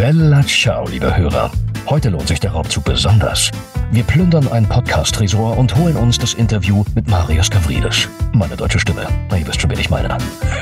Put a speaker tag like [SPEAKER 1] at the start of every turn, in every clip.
[SPEAKER 1] Bella ciao, liebe Hörer. Heute lohnt sich der Raubzug besonders. Wir plündern einen Podcast-Tresor und holen uns das Interview mit Marius Gavrilis. Meine deutsche Stimme. Na, ihr wisst schon, wen ich meine.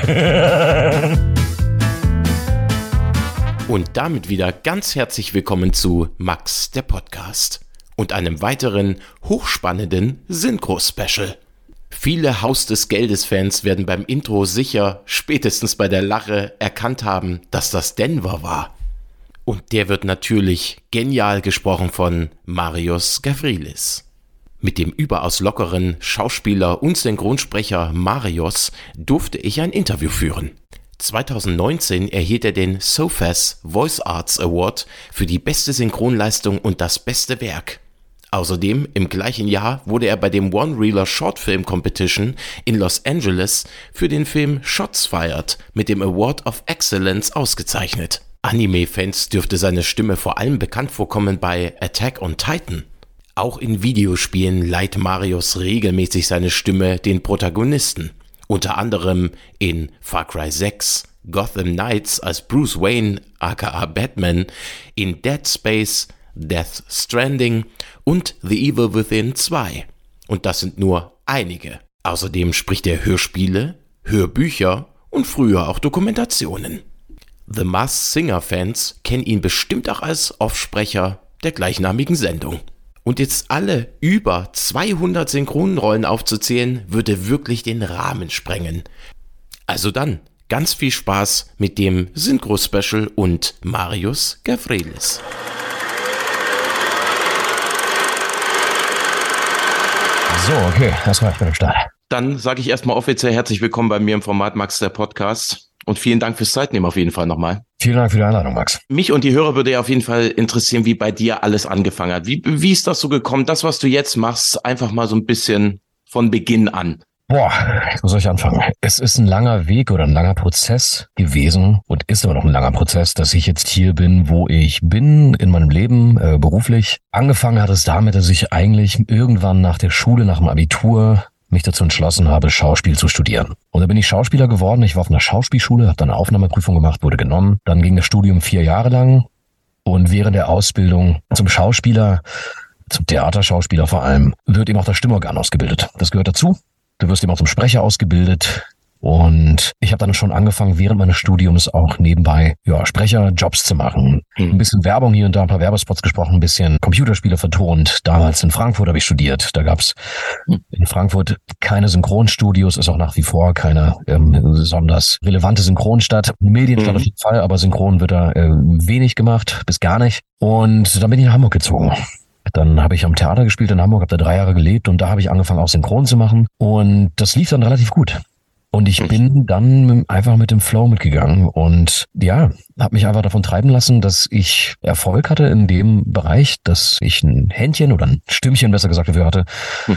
[SPEAKER 2] Und damit wieder ganz herzlich willkommen zu Max, der Podcast. Und einem weiteren hochspannenden Synchro-Special. Viele Haus des Geldes-Fans werden beim Intro sicher spätestens bei der Lache erkannt haben, dass das Denver war. Und der wird natürlich genial gesprochen von Marius Gavrilis. Mit dem überaus lockeren Schauspieler und Synchronsprecher Marius durfte ich ein Interview führen. 2019 erhielt er den SOFAS Voice Arts Award für die beste Synchronleistung und das beste Werk. Außerdem im gleichen Jahr wurde er bei dem One-Reeler Short Film Competition in Los Angeles für den Film Shots Fired mit dem Award of Excellence ausgezeichnet. Anime-Fans dürfte seine Stimme vor allem bekannt vorkommen bei Attack on Titan. Auch in Videospielen leiht Marius regelmäßig seine Stimme den Protagonisten. Unter anderem in Far Cry 6, Gotham Knights als Bruce Wayne aka Batman, in Dead Space, Death Stranding und The Evil Within 2. Und das sind nur einige. Außerdem spricht er Hörspiele, Hörbücher und früher auch Dokumentationen. The Masked Singer-Fans kennen ihn bestimmt auch als Offsprecher der gleichnamigen Sendung. Und jetzt alle über 200 Synchronrollen aufzuzählen, würde wirklich den Rahmen sprengen. Also dann, ganz viel Spaß mit dem Synchro-Special und Marius Gavrilis.
[SPEAKER 1] So, okay, das war ich bei dem Start.
[SPEAKER 2] Dann sage ich erstmal offiziell herzlich willkommen bei mir im Format Max, der Podcast. Und vielen Dank fürs Zeitnehmen auf jeden Fall nochmal.
[SPEAKER 1] Vielen Dank für die Einladung, Max.
[SPEAKER 2] Mich und die Hörer würde ja auf jeden Fall interessieren, wie bei dir alles angefangen hat. Wie ist das so gekommen, das, was du jetzt machst, einfach mal so ein bisschen von Beginn an?
[SPEAKER 1] Boah, wo soll ich anfangen? Es ist ein langer Weg oder ein langer Prozess gewesen und ist aber noch ein langer Prozess, dass ich jetzt hier bin, wo ich bin in meinem Leben, beruflich. Angefangen hat es damit, dass ich eigentlich irgendwann nach der Schule, nach dem Abitur, mich dazu entschlossen habe, Schauspiel zu studieren. Und da bin ich Schauspieler geworden. Ich war auf einer Schauspielschule, habe dann eine Aufnahmeprüfung gemacht, wurde genommen. Dann ging das Studium 4 Jahre lang. Und während der Ausbildung zum Schauspieler, zum Theaterschauspieler vor allem, wird eben auch das Stimmorgan ausgebildet. Das gehört dazu. Du wirst eben auch zum Sprecher ausgebildet. Und ich habe dann schon angefangen, während meines Studiums auch nebenbei Sprecherjobs zu machen. Ein bisschen Werbung hier und da, ein paar Werbespots gesprochen, ein bisschen Computerspiele vertont. Damals in Frankfurt habe ich studiert. Da gab's in Frankfurt keine Synchronstudios, ist auch nach wie vor keine besonders relevante Synchronstadt. Medienstadt auf jeden Fall, aber Synchron wird da wenig gemacht, bis gar nicht. Und dann bin ich nach Hamburg gezogen. Dann habe ich am Theater gespielt in Hamburg, habe da 3 Jahre gelebt und da habe ich angefangen auch Synchron zu machen. Und das lief dann relativ gut. Und ich bin dann einfach mit dem Flow mitgegangen und habe mich einfach davon treiben lassen, dass ich Erfolg hatte in dem Bereich, dass ich ein Händchen oder ein Stimmchen besser gesagt dafür hatte.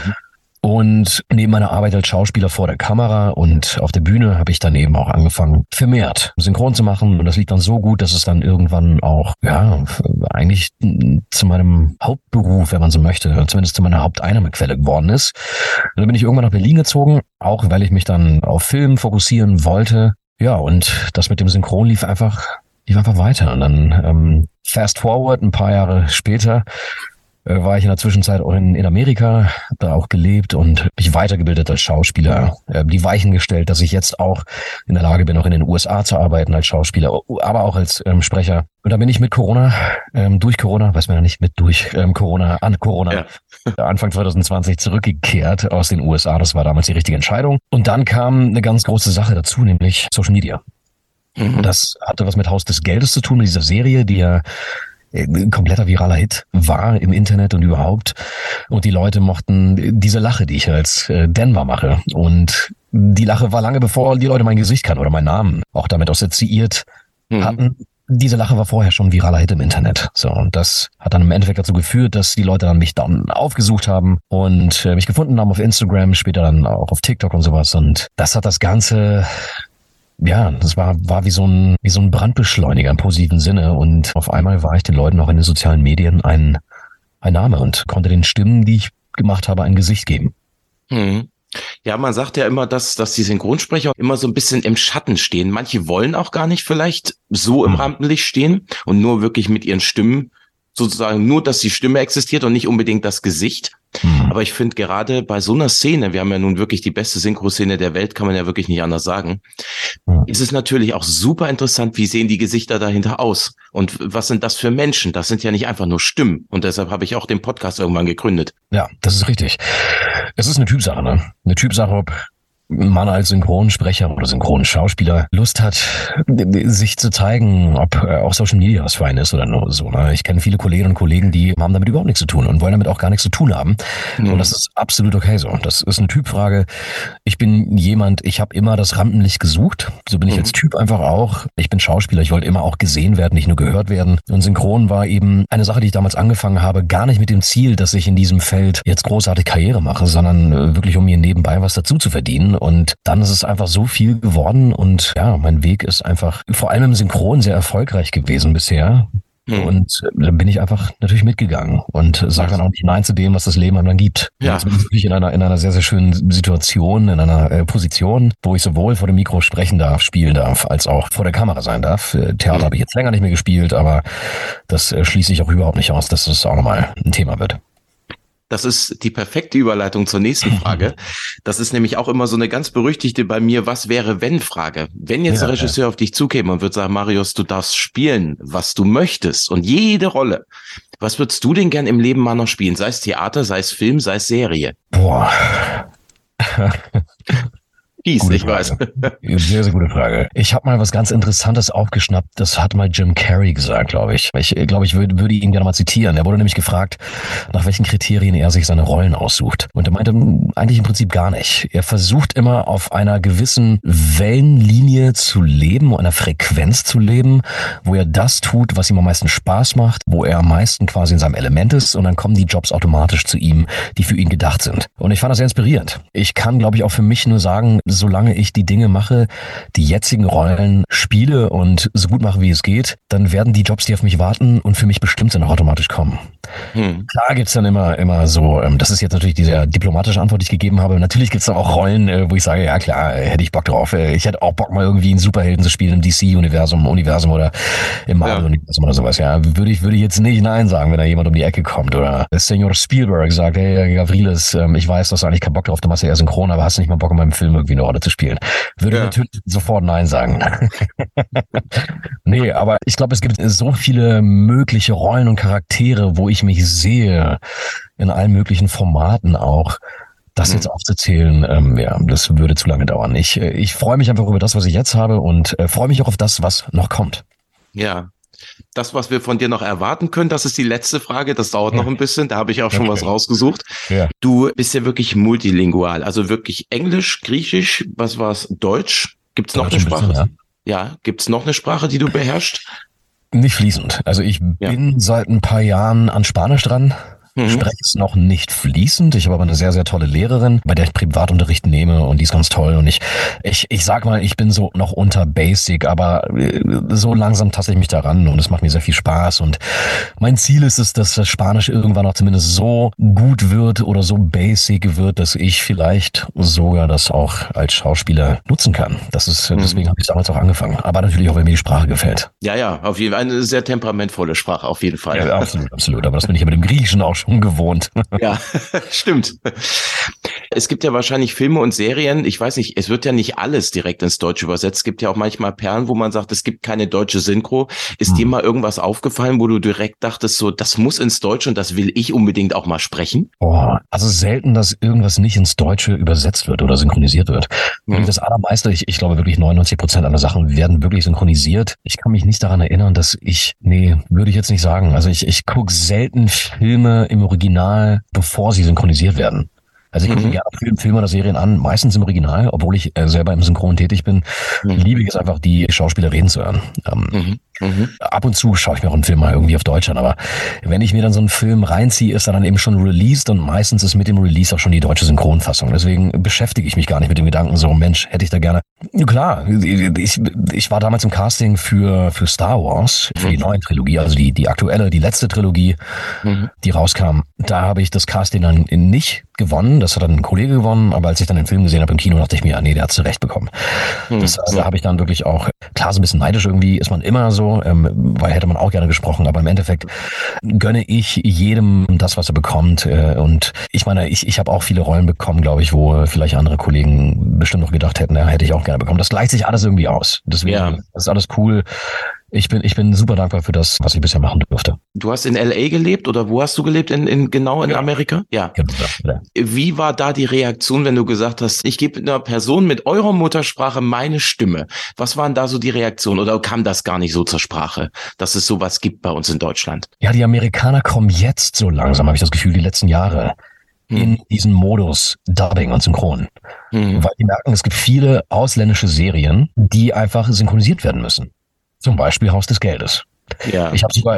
[SPEAKER 1] Und neben meiner Arbeit als Schauspieler vor der Kamera und auf der Bühne habe ich dann eben auch angefangen, vermehrt synchron zu machen. Und das lief dann so gut, dass es dann irgendwann auch, eigentlich zu meinem Hauptberuf, wenn man so möchte, zumindest zu meiner Haupteinnahmequelle geworden ist. Und dann bin ich irgendwann nach Berlin gezogen, auch weil ich mich dann auf Film fokussieren wollte. Ja, und das mit dem Synchron lief einfach weiter. Und dann fast forward, ein paar Jahre später, war ich in der Zwischenzeit auch in Amerika, da auch gelebt und mich weitergebildet als Schauspieler, die Weichen gestellt, dass ich jetzt auch in der Lage bin, auch in den USA zu arbeiten als Schauspieler, aber auch als Sprecher. Und da bin ich mit Corona, durch Corona, weiß man ja nicht, an Corona, Anfang 2020 zurückgekehrt aus den USA. Das war damals die richtige Entscheidung. Und dann kam eine ganz große Sache dazu, nämlich Social Media. Das hatte was mit Haus des Geldes zu tun, mit dieser Serie, die ja ein kompletter viraler Hit war im Internet und überhaupt. Und die Leute mochten diese Lache, die ich als Denver mache. Und die Lache war lange bevor die Leute mein Gesicht kannten oder meinen Namen auch damit assoziiert hatten. Diese Lache war vorher schon ein viraler Hit im Internet. So, und das hat dann im Endeffekt dazu geführt, dass die Leute dann mich dann aufgesucht haben und mich gefunden haben auf Instagram, später dann auch auf TikTok und sowas. Und das hat das Ganze das war wie so ein Brandbeschleuniger im positiven Sinne und auf einmal war ich den Leuten auch in den sozialen Medien ein Name und konnte den Stimmen, die ich gemacht habe, ein Gesicht geben.
[SPEAKER 2] Ja, man sagt ja immer, dass die Synchronsprecher immer so ein bisschen im Schatten stehen. Manche wollen auch gar nicht vielleicht so im Rampenlicht stehen und nur wirklich mit ihren Stimmen sozusagen nur, dass die Stimme existiert und nicht unbedingt das Gesicht. Aber ich finde gerade bei so einer Szene, wir haben ja nun wirklich die beste Synchro-Szene der Welt, kann man ja wirklich nicht anders sagen, ist es natürlich auch super interessant, wie sehen die Gesichter dahinter aus und was sind das für Menschen? Das sind ja nicht einfach nur Stimmen und deshalb habe ich auch den Podcast irgendwann gegründet.
[SPEAKER 1] Ja, das ist richtig. Es ist eine Typsache, ne? Eine Typsache, ob man als Synchronsprecher oder Synchronschauspieler Lust hat, sich zu zeigen, ob auch Social Media was für einen ist oder so. Ne? Ich kenne viele Kolleginnen und Kollegen, die haben damit überhaupt nichts zu tun und wollen damit auch gar nichts zu tun haben. Und das ist absolut okay so. Das ist eine Typfrage. Ich bin jemand, ich habe immer das Rampenlicht gesucht. So bin ich als Typ einfach auch. Ich bin Schauspieler, ich wollte immer auch gesehen werden, nicht nur gehört werden. Und Synchron war eben eine Sache, die ich damals angefangen habe, gar nicht mit dem Ziel, dass ich in diesem Feld jetzt großartig Karriere mache, sondern wirklich, um mir nebenbei was dazu zu verdienen. Und dann ist es einfach so viel geworden und ja, mein Weg ist einfach vor allem im Synchron sehr erfolgreich gewesen bisher. Und dann bin ich einfach natürlich mitgegangen und sage dann auch nicht Nein zu dem, was das Leben einem dann gibt. Ja. Jetzt bin ich natürlich in einer sehr, sehr schönen Situation, in einer Position, wo ich sowohl vor dem Mikro sprechen darf, spielen darf, als auch vor der Kamera sein darf. Theater habe ich jetzt länger nicht mehr gespielt, aber das schließe ich auch überhaupt nicht aus, dass das auch nochmal ein Thema wird.
[SPEAKER 2] Das ist die perfekte Überleitung zur nächsten Frage. Das ist nämlich auch immer so eine ganz berüchtigte bei mir Was-wäre-wenn-Frage. Wenn jetzt der Regisseur auf dich zukäme und würde sagen, Marius, du darfst spielen, was du möchtest und jede Rolle. Was würdest du denn gern im Leben mal noch spielen? Sei es Theater, sei es Film, sei es Serie?
[SPEAKER 1] Boah.
[SPEAKER 2] Ich weiß.
[SPEAKER 1] Sehr, sehr gute Frage. Ich habe mal was ganz Interessantes aufgeschnappt. Das hat mal Jim Carrey gesagt, glaube ich. Ich glaube, ich würde ihn gerne mal zitieren. Er wurde nämlich gefragt, nach welchen Kriterien er sich seine Rollen aussucht. Und er meinte eigentlich im Prinzip gar nicht. Er versucht immer auf einer gewissen Wellenlinie zu leben, einer Frequenz zu leben, wo er das tut, was ihm am meisten Spaß macht, wo er am meisten quasi in seinem Element ist. Und dann kommen die Jobs automatisch zu ihm, die für ihn gedacht sind. Und ich fand das sehr inspirierend. Ich kann, glaube ich, auch für mich nur sagen, solange ich die Dinge mache, die jetzigen Rollen spiele und so gut mache, wie es geht, dann werden die Jobs, die auf mich warten und für mich bestimmt sind, auch automatisch kommen. Klar gibt's dann immer so, das ist jetzt natürlich die sehr diplomatische Antwort, die ich gegeben habe. Natürlich gibt's dann auch Rollen, wo ich sage, ja klar, hätte ich Bock drauf. Ich hätte auch Bock, mal irgendwie einen Superhelden zu spielen im DC-Universum oder im Marvel-Universum oder sowas. Ja, würde ich jetzt nicht Nein sagen, wenn da jemand um die Ecke kommt. Oder der Senior Spielberg sagt, hey, Gavrilis, ich weiß, du hast eigentlich keinen Bock drauf, du machst ja eher synchron, aber hast nicht mal Bock, in meinem Film irgendwie eine Rolle zu spielen. Würde ich natürlich sofort Nein sagen. Nee, aber ich glaube, es gibt so viele mögliche Rollen und Charaktere, wo ich mich sehe, in allen möglichen Formaten auch. Das jetzt aufzuzählen, ja, das würde zu lange dauern. Ich freue mich einfach über das, was ich jetzt habe und freue mich auch auf das, was noch kommt.
[SPEAKER 2] Ja. Das, was wir von dir noch erwarten können, das ist die letzte Frage. Das dauert noch ein bisschen. Da habe ich auch schon was rausgesucht. Ja. Du bist ja wirklich multilingual, also wirklich Englisch, Griechisch, was war's? Deutsch? Gibt's noch eine Sprache? Bisschen, ja, gibt's noch eine Sprache, die du beherrschst?
[SPEAKER 1] Nicht fließend. Also ich bin seit ein paar Jahren an Spanisch dran. Spreche es noch nicht fließend. Ich habe aber eine sehr, sehr tolle Lehrerin, bei der ich Privatunterricht nehme und die ist ganz toll. Und ich sag mal, ich bin so noch unter Basic, aber so langsam taste ich mich daran und es macht mir sehr viel Spaß. Und mein Ziel ist es, dass das Spanisch irgendwann auch zumindest so gut wird oder so basic wird, dass ich vielleicht sogar das auch als Schauspieler nutzen kann. Das ist, deswegen habe ich damals auch angefangen. Aber natürlich auch, wenn mir die Sprache gefällt.
[SPEAKER 2] Ja, auf jeden Fall eine sehr temperamentvolle Sprache, auf jeden Fall.
[SPEAKER 1] Ja, absolut. Aber das bin ich ja mit dem Griechischen auch schon ungewohnt.
[SPEAKER 2] Ja, stimmt. Es gibt ja wahrscheinlich Filme und Serien, ich weiß nicht, es wird ja nicht alles direkt ins Deutsche übersetzt. Es gibt ja auch manchmal Perlen, wo man sagt, es gibt keine deutsche Synchro. Ist dir mal irgendwas aufgefallen, wo du direkt dachtest, so, das muss ins Deutsche und das will ich unbedingt auch mal sprechen?
[SPEAKER 1] Also selten, dass irgendwas nicht ins Deutsche übersetzt wird oder synchronisiert wird. Das allermeiste, ich glaube wirklich 99% aller Sachen werden wirklich synchronisiert. Ich kann mich nicht daran erinnern, dass würde ich jetzt nicht sagen. Also ich gucke selten Filme im Original, bevor sie synchronisiert werden. Also ich gucke mir gerne Filme oder Serien an, meistens im Original, obwohl ich selber im Synchron tätig bin. Liebe ich es einfach, die Schauspieler reden zu hören. Ab und zu schaue ich mir auch einen Film mal irgendwie auf Deutsch an, aber wenn ich mir dann so einen Film reinziehe, ist er dann eben schon released und meistens ist mit dem Release auch schon die deutsche Synchronfassung. Deswegen beschäftige ich mich gar nicht mit dem Gedanken, so Mensch, hätte ich da gerne. Klar, ich war damals im Casting für Star Wars, für die neue Trilogie, also die aktuelle, die letzte Trilogie, die rauskam. Da habe ich das Casting dann nicht gewonnen. das hat dann ein Kollege gewonnen, aber als ich dann den Film gesehen habe im Kino, dachte ich mir, nee, der hat es zurecht bekommen. Da habe ich dann wirklich auch, klar, so ein bisschen neidisch irgendwie ist man immer so, weil hätte man auch gerne gesprochen, aber im Endeffekt gönne ich jedem das, was er bekommt. Und ich meine, ich habe auch viele Rollen bekommen, glaube ich, wo vielleicht andere Kollegen bestimmt noch gedacht hätten, ja, hätte ich auch gerne bekommen. Das gleicht sich alles irgendwie aus. Deswegen ist alles cool. Ich bin super dankbar für das, was ich bisher machen durfte.
[SPEAKER 2] Du hast in L.A. gelebt oder wo hast du gelebt? Genau in Amerika? Ja.
[SPEAKER 1] Ja.
[SPEAKER 2] Wie war da die Reaktion, wenn du gesagt hast, ich gebe einer Person mit eurer Muttersprache meine Stimme? Was waren da so die Reaktionen oder kam das gar nicht so zur Sprache, dass es sowas gibt bei uns in Deutschland?
[SPEAKER 1] Ja, die Amerikaner kommen jetzt so langsam, habe ich das Gefühl, die letzten Jahre in diesen Modus Dubbing und Synchron. Weil die merken, es gibt viele ausländische Serien, die einfach synchronisiert werden müssen. Zum Beispiel Haus des Geldes.
[SPEAKER 2] Ja.
[SPEAKER 1] Ich habe sogar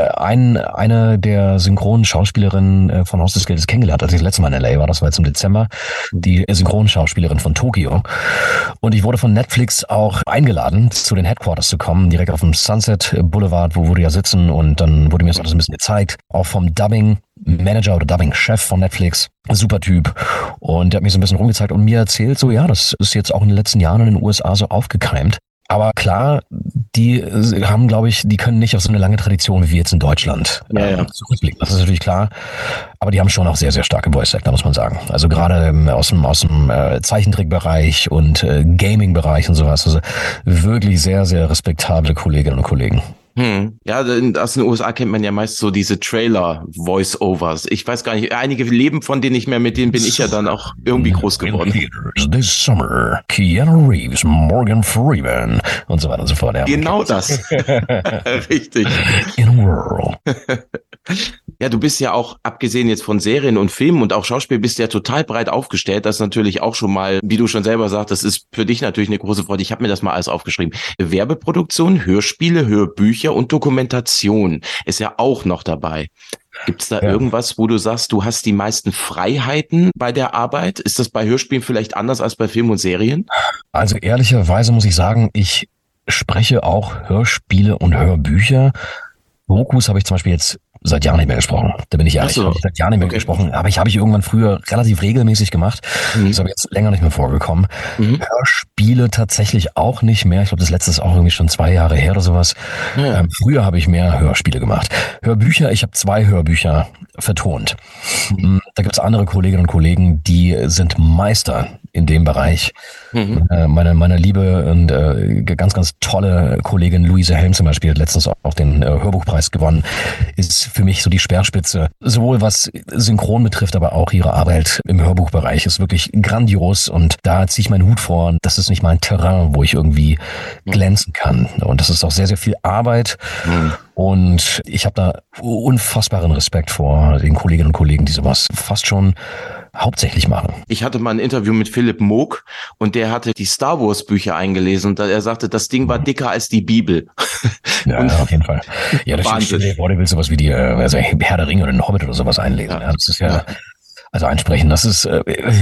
[SPEAKER 1] eine der synchronen Schauspielerinnen von Haus des Geldes kennengelernt, als ich das letzte Mal in L.A. war. Das war jetzt im Dezember. Die Synchronschauspielerin von Tokio. Und ich wurde von Netflix auch eingeladen, zu den Headquarters zu kommen, direkt auf dem Sunset Boulevard, wo wir ja sitzen. Und dann wurde mir das alles ein bisschen gezeigt. Auch vom Dubbing-Manager oder Dubbing-Chef von Netflix. Super Typ. Und der hat mir so ein bisschen rumgezeigt und mir erzählt, so ja, das ist jetzt auch in den letzten Jahren in den USA so aufgekeimt. Aber klar, die haben, glaube ich, die können nicht auf so eine lange Tradition wie wir jetzt in Deutschland zurückblicken. Das ist natürlich klar. Aber die haben schon auch sehr, sehr starke Voice-Actor, muss man sagen. Also gerade aus dem Zeichentrickbereich und Gaming-Bereich und sowas. Also wirklich sehr, sehr respektable Kolleginnen und Kollegen.
[SPEAKER 2] Ja, aus den USA kennt man ja meist so diese Trailer-Voice-Overs. Ich weiß gar nicht, einige leben von denen nicht mehr, mit denen bin ich ja dann auch irgendwie groß geworden.
[SPEAKER 1] This summer, Keanu Reeves, Morgan Freeman und so weiter und so fort. Ja,
[SPEAKER 2] genau das. Richtig.
[SPEAKER 1] In a world.
[SPEAKER 2] Ja, du bist ja auch, abgesehen jetzt von Serien und Filmen und auch Schauspiel, bist ja total breit aufgestellt. Das ist natürlich auch schon mal, wie du schon selber sagst, das ist für dich natürlich eine große Freude. Ich habe mir das mal alles aufgeschrieben. Werbeproduktion, Hörspiele, Hörbücher und Dokumentation ist ja auch noch dabei. Gibt es da irgendwas, wo du sagst, du hast die meisten Freiheiten bei der Arbeit? Ist das bei Hörspielen vielleicht anders als bei Filmen und Serien?
[SPEAKER 1] Also ehrlicherweise muss ich sagen, ich spreche auch Hörspiele und Hörbücher. Dokus habe ich zum Beispiel jetzt seit Jahren nicht mehr gesprochen. Da bin ich ehrlich. Habe ich seit Jahren nicht mehr gesprochen. Aber habe ich irgendwann früher relativ regelmäßig gemacht. Das ist aber jetzt länger nicht mehr vorgekommen. Hörspiele tatsächlich auch nicht mehr. Ich glaube, das letzte ist auch irgendwie schon 2 Jahre her oder sowas. Ja. Früher habe ich mehr Hörspiele gemacht. Hörbücher, ich habe 2 Hörbücher vertont. Da gibt es andere Kolleginnen und Kollegen, die sind Meister in dem Bereich. Meine liebe und ganz, ganz tolle Kollegin Luise Helm zum Beispiel hat letztens auch den Hörbuchpreis gewonnen, ist für mich so die Speerspitze. Sowohl was Synchron betrifft, aber auch ihre Arbeit im Hörbuchbereich ist wirklich grandios und da ziehe ich meinen Hut vor. Das ist nicht mein Terrain, wo ich irgendwie glänzen kann. Und das ist auch sehr, sehr viel Arbeit. Und ich habe da unfassbaren Respekt vor den Kolleginnen und Kollegen, die sowas fast schon hauptsächlich machen.
[SPEAKER 2] Ich hatte mal ein Interview mit Philipp Moog und der hatte die Star Wars Bücher eingelesen und er sagte, das Ding war dicker als die Bibel.
[SPEAKER 1] Ja, auf jeden Fall. Ja, das stimmt. Der will sowas wie die also Herr der Ringe oder den Hobbit oder sowas einlesen. Ja, das ist also einsprechen, das ist,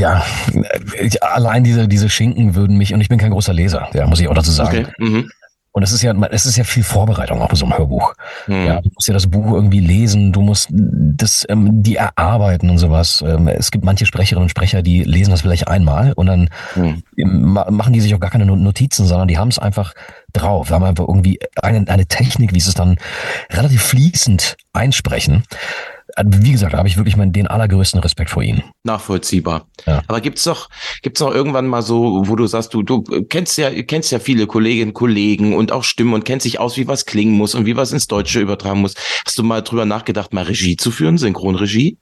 [SPEAKER 1] allein diese Schinken würden mich, und ich bin kein großer Leser, muss ich auch dazu sagen. Okay. Und es ist ja viel Vorbereitung auch bei so einem Hörbuch. Ja, du musst ja das Buch irgendwie lesen, du musst die erarbeiten und sowas. Es gibt manche Sprecherinnen und Sprecher, die lesen das vielleicht einmal und dann machen die sich auch gar keine Notizen, sondern die haben es einfach drauf. Wir haben einfach irgendwie eine Technik, wie sie es dann relativ fließend einsprechen. Wie gesagt, da habe ich wirklich den allergrößten Respekt vor ihnen.
[SPEAKER 2] Nachvollziehbar. Ja. Aber gibt's noch irgendwann mal so, wo du sagst, du kennst ja viele Kolleginnen und Kollegen und auch Stimmen und kennst dich aus, wie was klingen muss und wie was ins Deutsche übertragen muss. Hast du mal drüber nachgedacht, mal Regie zu führen, Synchronregie?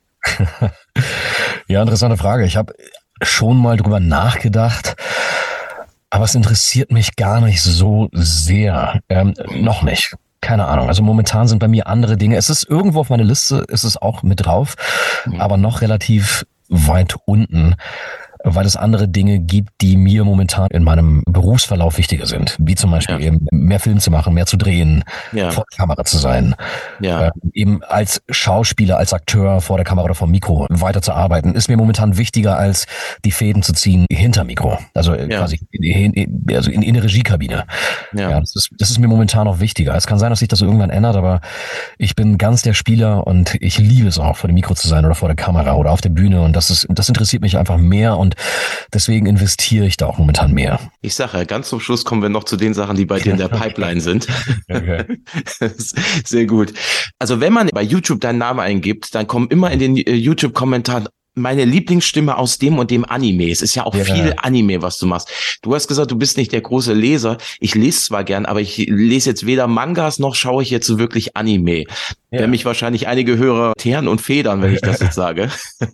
[SPEAKER 1] Ja, interessante Frage. Ich habe schon mal drüber nachgedacht, aber es interessiert mich gar nicht so sehr. Noch nicht. Keine Ahnung. Also momentan sind bei mir andere Dinge. Es ist irgendwo auf meiner Liste, ist es auch mit drauf, aber noch relativ weit unten. weil es andere Dinge gibt, die mir momentan in meinem Berufsverlauf wichtiger sind. Wie zum Beispiel eben mehr Film zu machen, mehr zu drehen, vor der Kamera zu sein. Eben als Schauspieler, als Akteur vor der Kamera oder vor dem Mikro weiter zu arbeiten, ist mir momentan wichtiger, als die Fäden zu ziehen hinter Mikro. Also quasi in der Regiekabine. Das ist mir momentan noch wichtiger. Es kann sein, dass sich das irgendwann ändert, aber ich bin ganz der Spieler und ich liebe es auch, vor dem Mikro zu sein oder vor der Kamera oder auf der Bühne, und das interessiert mich einfach mehr, und deswegen investiere ich da auch momentan mehr.
[SPEAKER 2] Ich sage ja, ganz zum Schluss kommen wir noch zu den Sachen, die bei dir in der Pipeline sind. Okay. Sehr gut. Also wenn man bei YouTube deinen Namen eingibt, dann kommen immer in den YouTube-Kommentaren meine Lieblingsstimme aus dem und dem Anime. Es ist ja auch viel Anime, was du machst. Du hast gesagt, du bist nicht der große Leser. Ich lese zwar gern, aber ich lese jetzt weder Mangas noch schaue ich jetzt so wirklich Anime. Werden mich wahrscheinlich einige Hörer teeren und federn, wenn ich das jetzt sage.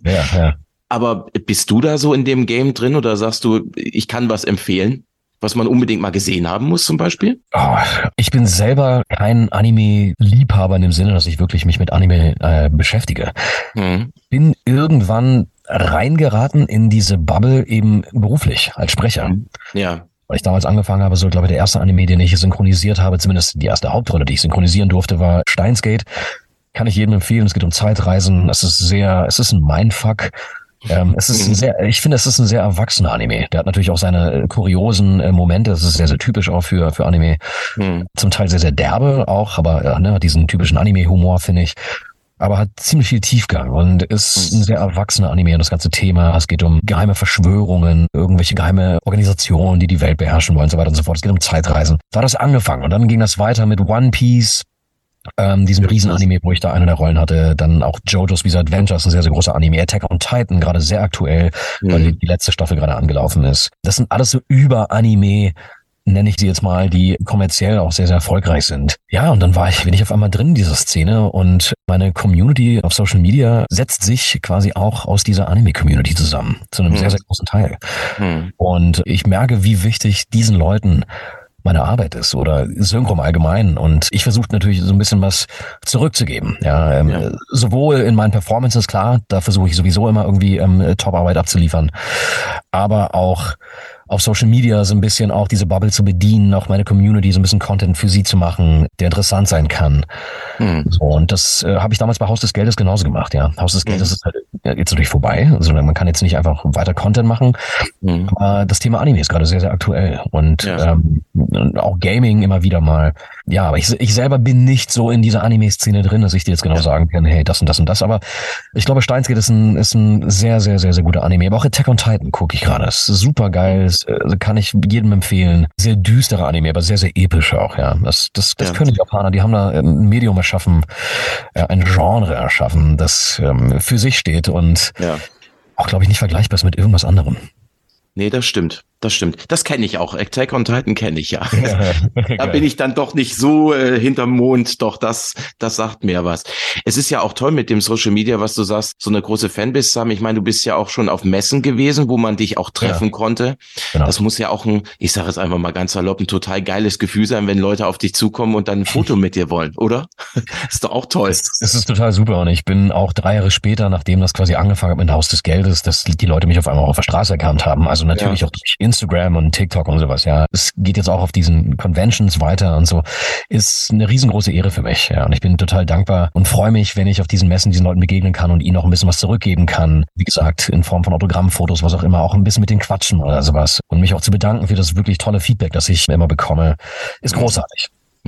[SPEAKER 2] Aber bist du da so in dem Game drin oder sagst du, ich kann was empfehlen, was man unbedingt mal gesehen haben muss zum Beispiel?
[SPEAKER 1] Ich bin selber kein Anime-Liebhaber in dem Sinne, dass ich wirklich mich mit Anime beschäftige. Bin irgendwann reingeraten in diese Bubble eben beruflich als Sprecher. Weil ich damals angefangen habe, so glaube ich der erste Anime, den ich synchronisiert habe, zumindest die erste Hauptrolle, die ich synchronisieren durfte, war Steins Gate. Kann ich jedem empfehlen. Es geht um Zeitreisen. Es ist ein Mindfuck. Ich finde, es ist ein sehr erwachsener Anime. Der hat natürlich auch seine kuriosen Momente. Das ist sehr, sehr typisch auch für Anime. Zum Teil sehr, sehr derbe auch, aber diesen typischen Anime-Humor, finde ich. Aber hat ziemlich viel Tiefgang und ist ein sehr erwachsener Anime. Und das ganze Thema, es geht um geheime Verschwörungen, irgendwelche geheime Organisationen, die die Welt beherrschen wollen und so weiter und so fort. Es geht um Zeitreisen. Da hat das angefangen und dann ging das weiter mit One Piece, diesem Riesen-Anime, wo ich da eine der Rollen hatte. Dann auch JoJo's Bizarre Adventures, ein sehr, sehr großer Anime. Attack on Titan, gerade sehr aktuell, weil die letzte Staffel gerade angelaufen ist. Das sind alles so Über-Anime, nenne ich sie jetzt mal, die kommerziell auch sehr, sehr erfolgreich sind. Ja, und dann bin ich auf einmal drin in dieser Szene, und meine Community auf Social Media setzt sich quasi auch aus dieser Anime-Community zusammen, zu einem sehr, sehr großen Teil. Und ich merke, wie wichtig diesen Leuten meine Arbeit ist oder Synchro im Allgemeinen, und ich versuche natürlich so ein bisschen was zurückzugeben. Sowohl in meinen Performances, klar, da versuche ich sowieso immer irgendwie Top-Arbeit abzuliefern, aber auch auf Social Media so ein bisschen auch diese Bubble zu bedienen, auch meine Community so ein bisschen Content für sie zu machen, der interessant sein kann. So, und das habe ich damals bei Haus des Geldes genauso gemacht. Haus des Geldes ist halt jetzt natürlich vorbei, also man kann jetzt nicht einfach weiter Content machen, aber das Thema Anime ist gerade sehr, sehr aktuell, und auch Gaming immer wieder mal. Ja, aber ich selber bin nicht so in dieser Anime-Szene drin, dass ich dir jetzt genau sagen kann, hey, das und das und das, aber ich glaube, Steins Gate ist ein sehr, sehr, sehr, sehr guter Anime. Aber auch Attack on Titan gucke ich gerade. Es ist super geil, kann ich jedem empfehlen. Sehr düstere Anime, aber sehr, sehr episch auch, Das können die Japaner, die haben da ein Medium erschaffen, ein Genre erschaffen, das für sich steht und auch, glaube ich, nicht vergleichbar ist mit irgendwas anderem.
[SPEAKER 2] Nee, das stimmt. Das kenne ich auch. Attack on Titan kenne ich ja. Da bin ich dann doch nicht so hinterm Mond. Doch, das sagt mir was. Es ist ja auch toll mit dem Social Media, was du sagst, so eine große Fanbase zu haben. Ich meine, du bist ja auch schon auf Messen gewesen, wo man dich auch treffen konnte. Genau. Das muss ja auch ich sage es einfach mal ganz salopp, ein total geiles Gefühl sein, wenn Leute auf dich zukommen und dann ein Foto mit dir wollen, oder? Ist doch auch toll.
[SPEAKER 1] Es ist total super, und ich bin auch 3 Jahre später, nachdem das quasi angefangen hat mit Haus des Geldes, dass die Leute mich auf einmal auch auf der Straße erkannt haben. Also natürlich auch durch Instagram und TikTok und sowas, Es geht jetzt auch auf diesen Conventions weiter und so. Ist eine riesengroße Ehre für mich, Und ich bin total dankbar und freue mich, wenn ich auf diesen Messen diesen Leuten begegnen kann und ihnen auch ein bisschen was zurückgeben kann. Wie gesagt, in Form von Autogrammfotos, was auch immer, auch ein bisschen mit den Quatschen oder sowas. Und mich auch zu bedanken für das wirklich tolle Feedback, das ich immer bekomme, ist großartig.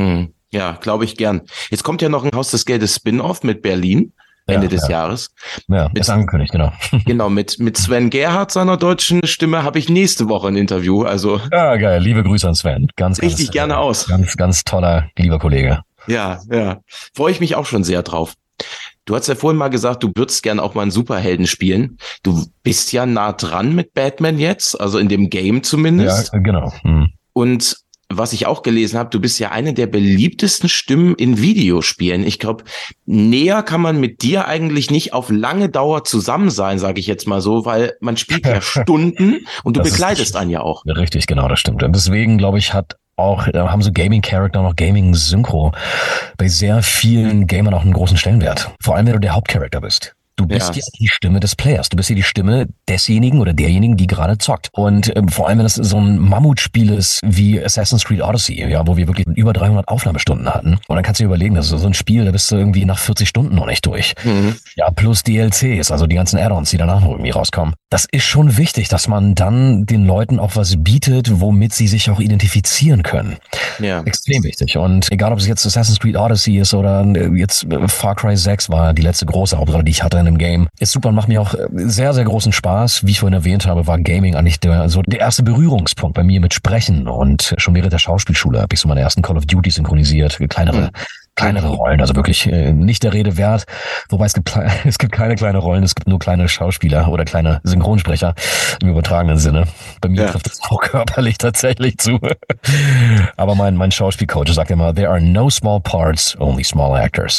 [SPEAKER 2] Ja, glaube ich gern. Jetzt kommt ja noch ein Haus des Geldes Spin-off mit Berlin. Ende des Jahres.
[SPEAKER 1] Ja, ist angekündigt, genau.
[SPEAKER 2] Genau, mit Sven Gerhardt, seiner deutschen Stimme, habe ich nächste Woche ein Interview. Also
[SPEAKER 1] ja, geil. Liebe Grüße an Sven.
[SPEAKER 2] Richtig gerne aus.
[SPEAKER 1] Ganz toller, lieber Kollege.
[SPEAKER 2] Ja. Freue ich mich auch schon sehr drauf. Du hast ja vorhin mal gesagt, du würdest gern auch mal einen Superhelden spielen. Du bist ja nah dran mit Batman jetzt, also in dem Game zumindest.
[SPEAKER 1] Ja, genau.
[SPEAKER 2] Und was ich auch gelesen habe, du bist ja eine der beliebtesten Stimmen in Videospielen. Ich glaube, näher kann man mit dir eigentlich nicht auf lange Dauer zusammen sein, sage ich jetzt mal so, weil man spielt ja Stunden und du begleitest einen ja auch.
[SPEAKER 1] Richtig, genau, das stimmt. Und deswegen, glaube ich, haben so Gaming-Charakter und auch Gaming-Synchro bei sehr vielen Gamern auch einen großen Stellenwert. Vor allem, wenn du der Hauptcharakter bist. Du bist ja die Stimme des Players. Du bist ja die Stimme desjenigen oder derjenigen, die gerade zockt. Und vor allem, wenn das so ein Mammutspiel ist wie Assassin's Creed Odyssey, ja, wo wir wirklich über 300 Aufnahmestunden hatten. Und dann kannst du dir überlegen, das ist so ein Spiel, da bist du irgendwie nach 40 Stunden noch nicht durch. Ja, plus DLCs, also die ganzen Add-ons, die danach noch irgendwie rauskommen. Das ist schon wichtig, dass man dann den Leuten auch was bietet, womit sie sich auch identifizieren können. Ja. Extrem wichtig. Und egal, ob es jetzt Assassin's Creed Odyssey ist oder jetzt Far Cry 6 war die letzte große Hauptrolle, die ich hatte in dem Game. Ist super und macht mir auch sehr, sehr großen Spaß. Wie ich vorhin erwähnt habe, war Gaming eigentlich der erste Berührungspunkt bei mir mit Sprechen. Und schon während der Schauspielschule habe ich so meine ersten Call of Duty synchronisiert. Kleinere Rollen, also wirklich nicht der Rede wert. Wobei es gibt keine kleine Rollen, es gibt nur kleine Schauspieler oder kleine Synchronsprecher im übertragenen Sinne. Bei mir trifft es auch körperlich tatsächlich zu. Aber mein Schauspielcoach sagt immer, there are no small parts, only small actors.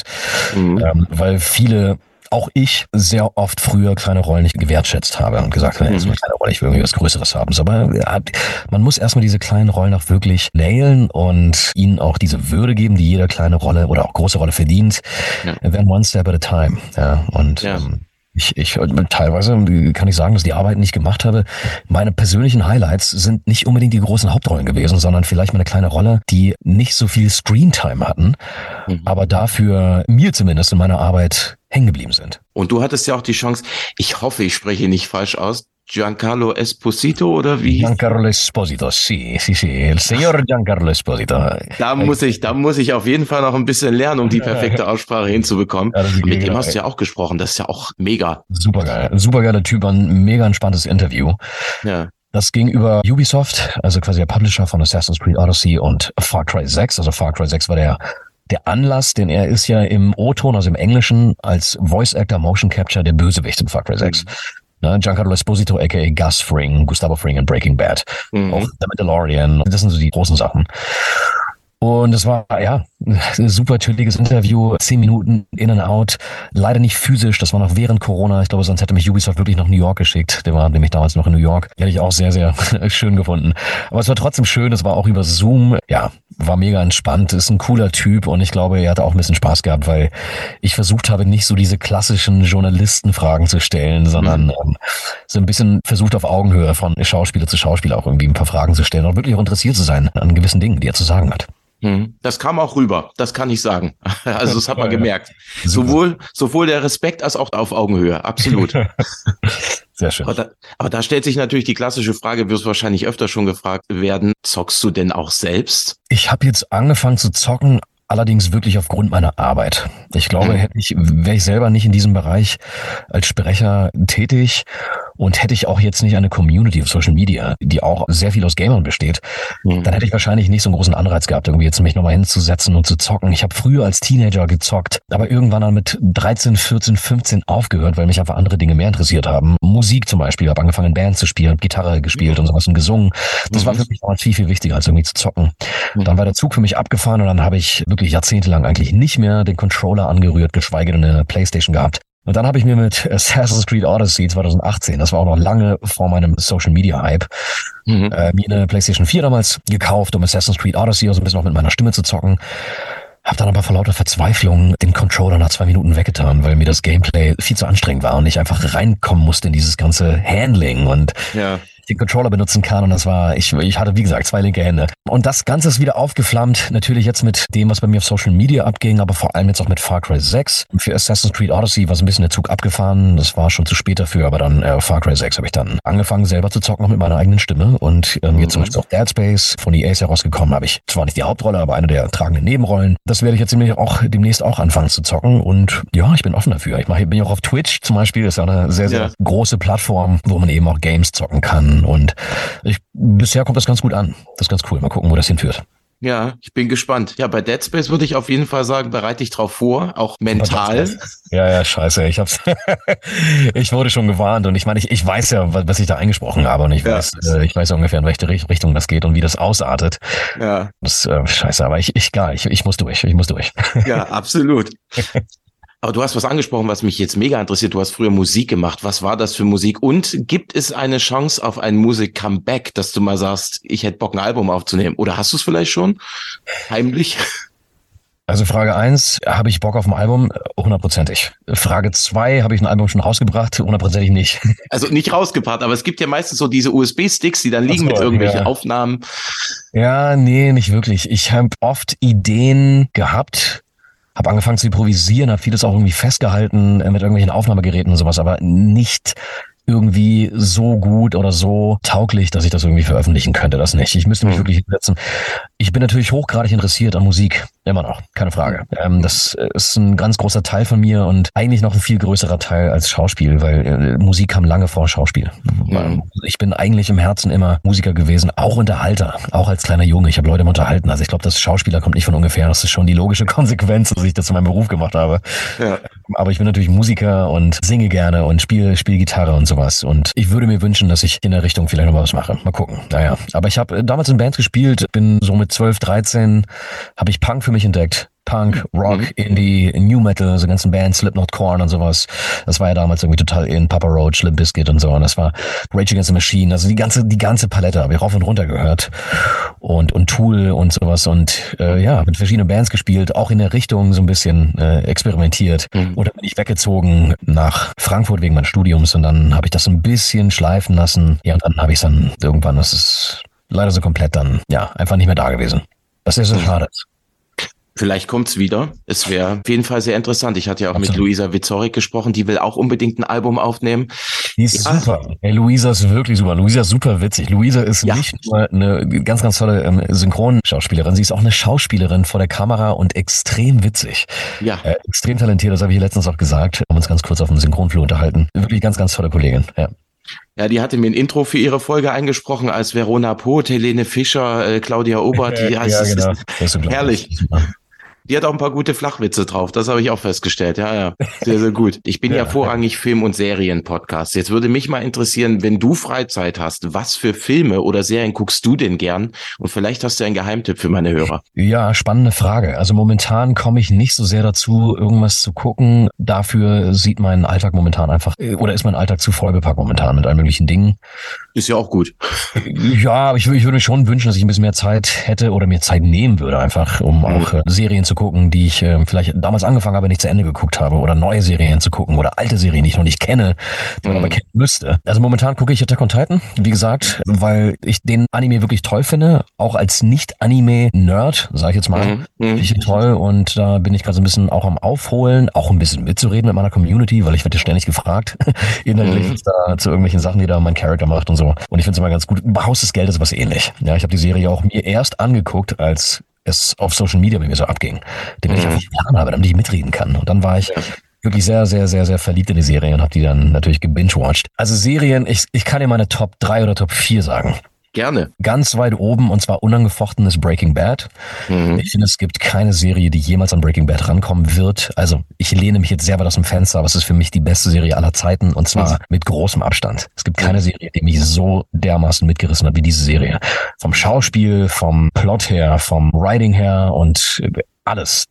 [SPEAKER 1] Weil viele, auch ich, sehr oft früher kleine Rollen nicht gewertschätzt habe und gesagt habe, das ist eine kleine Rolle, ich will irgendwie was Größeres haben. Aber man muss erstmal diese kleinen Rollen auch wirklich nailen und ihnen auch diese Würde geben, die jede kleine Rolle oder auch große Rolle verdient. Then one step at a time. Ja, und ich teilweise kann ich sagen, dass die Arbeit, die ich gemacht habe, meine persönlichen Highlights sind nicht unbedingt die großen Hauptrollen gewesen, sondern vielleicht mal eine kleine Rolle, die nicht so viel Screentime hatten, aber dafür mir zumindest in meiner Arbeit hängen geblieben sind.
[SPEAKER 2] Und du hattest ja auch die Chance, ich hoffe, ich spreche nicht falsch aus, Giancarlo Esposito oder wie?
[SPEAKER 1] Giancarlo Esposito, sí, el señor Giancarlo Esposito.
[SPEAKER 2] Da muss ich auf jeden Fall noch ein bisschen lernen, um die perfekte Aussprache hinzubekommen. Ja, mit dem hast du ja auch gesprochen, das ist ja auch mega.
[SPEAKER 1] Supergeiler Typ, ein mega entspanntes Interview. Ja. Das ging über Ubisoft, also quasi der Publisher von Assassin's Creed Odyssey und Far Cry 6. Also Far Cry 6 war der Anlass, denn er ist ja im O-Ton, also im Englischen, als Voice Actor Motion Capture der Bösewicht in Far Cry 6. Giancarlo Esposito, a.k.a. Gus Fring, Gustavo Fring in Breaking Bad. Auch The Mandalorian. Das sind so die großen Sachen. Und es war, ein super chilliges Interview, 10 Minuten in and out, leider nicht physisch, das war noch während Corona, ich glaube, sonst hätte mich Ubisoft wirklich nach New York geschickt, der war nämlich damals noch in New York, hätte ich auch sehr, sehr schön gefunden. Aber es war trotzdem schön, es war auch über Zoom, war mega entspannt, ist ein cooler Typ und ich glaube, er hatte auch ein bisschen Spaß gehabt, weil ich versucht habe, nicht so diese klassischen Journalistenfragen zu stellen, sondern so ein bisschen versucht auf Augenhöhe von Schauspieler zu Schauspieler auch irgendwie ein paar Fragen zu stellen und wirklich auch interessiert zu sein an gewissen Dingen, die er zu sagen hat.
[SPEAKER 2] Das kam auch rüber, das kann ich sagen. Also das hat man gemerkt. Sowohl der Respekt als auch auf Augenhöhe, absolut.
[SPEAKER 1] Sehr schön.
[SPEAKER 2] Aber da stellt sich natürlich die klassische Frage, wirst wahrscheinlich öfter schon gefragt werden, zockst du denn auch selbst?
[SPEAKER 1] Ich habe jetzt angefangen zu zocken, allerdings wirklich aufgrund meiner Arbeit. Ich glaube, wäre ich selber nicht in diesem Bereich als Sprecher tätig und hätte ich auch jetzt nicht eine Community auf Social Media, die auch sehr viel aus Gamern besteht, dann hätte ich wahrscheinlich nicht so einen großen Anreiz gehabt, irgendwie jetzt mich nochmal hinzusetzen und zu zocken. Ich habe früher als Teenager gezockt, aber irgendwann dann mit 13, 14, 15 aufgehört, weil mich einfach andere Dinge mehr interessiert haben. Musik zum Beispiel, habe angefangen in Bands zu spielen, Gitarre gespielt und sowas und gesungen. Das war für mich damals viel, viel wichtiger, als irgendwie zu zocken. Dann war der Zug für mich abgefahren und dann habe ich wirklich jahrzehntelang eigentlich nicht mehr den Controller angerührt, geschweige denn eine Playstation gehabt. Und dann habe ich mir mit Assassin's Creed Odyssey 2018, das war auch noch lange vor meinem Social Media Hype, mir eine PlayStation 4 damals gekauft, um Assassin's Creed Odyssey so ein bisschen auch mit meiner Stimme zu zocken. Hab dann aber vor lauter Verzweiflung den Controller nach 2 Minuten weggetan, weil mir das Gameplay viel zu anstrengend war und ich einfach reinkommen musste in dieses ganze Handling und den Controller benutzen kann und das war, ich hatte wie gesagt 2 linke Hände. Und das Ganze ist wieder aufgeflammt, natürlich jetzt mit dem, was bei mir auf Social Media abging, aber vor allem jetzt auch mit Far Cry 6. Für Assassin's Creed Odyssey war so ein bisschen der Zug abgefahren, das war schon zu spät dafür, aber dann Far Cry 6 habe ich dann angefangen selber zu zocken, auch mit meiner eigenen Stimme und jetzt zum Beispiel auch Dead Space von EA ist herausgekommen, habe ich zwar nicht die Hauptrolle, aber eine der tragenden Nebenrollen. Das werde ich jetzt demnächst auch anfangen zu zocken und ja, ich bin offen dafür. Bin ja auch auf Twitch zum Beispiel, das ist ja eine sehr, sehr große Plattform, wo man eben auch Games zocken kann und bisher kommt das ganz gut an. Das ist ganz cool. Mal gucken, wo das hinführt.
[SPEAKER 2] Ja, ich bin gespannt. Ja, bei Dead Space würde ich auf jeden Fall sagen, bereite dich drauf vor, auch mental.
[SPEAKER 1] Ja, scheiße. Ich wurde schon gewarnt und ich meine, ich weiß ja, was ich da eingesprochen habe und ich weiß ungefähr, in welche Richtung das geht und wie das ausartet. Ja. Das ist scheiße, aber ich muss durch.
[SPEAKER 2] Ja, absolut. Aber du hast was angesprochen, was mich jetzt mega interessiert. Du hast früher Musik gemacht. Was war das für Musik? Und gibt es eine Chance auf ein Musik-Comeback, dass du mal sagst, ich hätte Bock, ein Album aufzunehmen? Oder hast du es vielleicht schon? Heimlich?
[SPEAKER 1] Also Frage 1, habe ich Bock auf ein Album? 100%ig. Frage 2, habe ich ein Album schon rausgebracht? 100%ig nicht.
[SPEAKER 2] Also nicht rausgebracht, aber es gibt ja meistens so diese USB-Sticks, die dann liegen mit irgendwelchen Aufnahmen.
[SPEAKER 1] Ja, nee, nicht wirklich. Ich habe oft Ideen gehabt, habe angefangen zu improvisieren, habe vieles auch irgendwie festgehalten mit irgendwelchen Aufnahmegeräten und sowas, aber nicht irgendwie so gut oder so tauglich, dass ich das irgendwie veröffentlichen könnte. Das nicht. Ich müsste mich wirklich hinsetzen. Ich bin natürlich hochgradig interessiert an Musik. Immer noch. Keine Frage. Das ist ein ganz großer Teil von mir und eigentlich noch ein viel größerer Teil als Schauspiel, weil Musik kam lange vor Schauspiel. Ich bin eigentlich im Herzen immer Musiker gewesen, auch Unterhalter, auch als kleiner Junge. Ich habe Leute immer unterhalten. Also ich glaube, das Schauspieler kommt nicht von ungefähr. Das ist schon die logische Konsequenz, dass ich das zu meinem Beruf gemacht habe. Ja. Aber ich bin natürlich Musiker und singe gerne und spiele Gitarre und sowas. Und ich würde mir wünschen, dass ich in der Richtung vielleicht noch mal was mache. Mal gucken. Naja. Aber ich habe damals in Bands gespielt, bin so mit 12, 13, habe ich Punk für mich entdeckt. Punk, Rock, Indie, New Metal, so ganzen Bands, Slipknot, Korn und sowas. Das war ja damals irgendwie total in, Papa Roach, Limp Bizkit und so. Und das war Rage Against the Machine. Also die ganze Palette habe ich rauf und runter gehört. Und Tool und sowas. Und mit verschiedenen Bands gespielt, auch in der Richtung so ein bisschen experimentiert. Und dann bin ich weggezogen nach Frankfurt wegen meines Studiums und dann habe ich das so ein bisschen schleifen lassen. Ja, und dann habe ich es dann irgendwann, das ist leider so komplett dann, einfach nicht mehr da gewesen. Das ist so schade.
[SPEAKER 2] Vielleicht kommt's wieder. Es wäre auf jeden Fall sehr interessant. Ich hatte ja auch mit Luisa Witzorek gesprochen. Die will auch unbedingt ein Album aufnehmen.
[SPEAKER 1] Die ist super. Hey, Luisa ist wirklich super. Luisa ist super witzig. Luisa ist nicht nur eine ganz, ganz tolle Synchronschauspielerin. Sie ist auch eine Schauspielerin vor der Kamera und extrem witzig. Ja. Extrem talentiert. Das habe ich letztens auch gesagt. Wir haben uns ganz kurz auf dem Synchronflur unterhalten. Wirklich ganz, ganz tolle Kollegin. Ja.
[SPEAKER 2] Ja, die hatte mir ein Intro für ihre Folge eingesprochen als Verona Poth, Helene Fischer, Claudia Obert. Die heißt,
[SPEAKER 1] genau.
[SPEAKER 2] Das ist herrlich. Die hat auch ein paar gute Flachwitze drauf, das habe ich auch festgestellt. Ja, sehr, sehr gut. Ich bin ja vorrangig Film- und Serien-Podcast. Jetzt würde mich mal interessieren, wenn du Freizeit hast, was für Filme oder Serien guckst du denn gern? Und vielleicht hast du einen Geheimtipp für meine Hörer.
[SPEAKER 1] Ja, spannende Frage. Also momentan komme ich nicht so sehr dazu, irgendwas zu gucken. Dafür sieht mein Alltag momentan ist mein Alltag zu vollgepackt momentan mit allen möglichen Dingen.
[SPEAKER 2] Ist ja auch gut.
[SPEAKER 1] Ja, aber ich würde mir schon wünschen, dass ich ein bisschen mehr Zeit hätte oder mir Zeit nehmen würde einfach, um auch Serien zu gucken, die ich vielleicht damals angefangen habe, nicht zu Ende geguckt habe, oder neue Serien zu gucken oder alte Serien, die ich noch nicht kenne, die man aber kennen müsste. Also momentan gucke ich Attack on Titan, wie gesagt, weil ich den Anime wirklich toll finde, auch als Nicht-Anime-Nerd, sage ich jetzt mal. Ich finde toll und da bin ich gerade so ein bisschen auch am Aufholen, auch ein bisschen mitzureden mit meiner Community, weil ich werde ja ständig gefragt, inhaltlich da zu irgendwelchen Sachen, die da mein Charakter macht und so. Und ich finde es immer ganz gut. Haus des Geldes ist was ähnlich. Ja, ich habe die Serie auch mir erst angeguckt, als es auf Social Media bei mir so abging. Den ich auch getan habe, damit ich mitreden kann. Und dann war ich wirklich sehr, sehr, sehr, sehr verliebt in die Serie und habe die dann natürlich gebingewatcht. Also Serien, ich kann dir meine Top 3 oder Top 4 sagen.
[SPEAKER 2] Gerne.
[SPEAKER 1] Ganz weit oben, und zwar unangefochten, ist Breaking Bad. Ich finde, es gibt keine Serie, die jemals an Breaking Bad rankommen wird. Also ich lehne mich jetzt sehr weit aus dem Fenster, aber es ist für mich die beste Serie aller Zeiten, und zwar mit großem Abstand. Es gibt keine Serie, die mich so dermaßen mitgerissen hat wie diese Serie. Vom Schauspiel, vom Plot her, vom Writing her und alles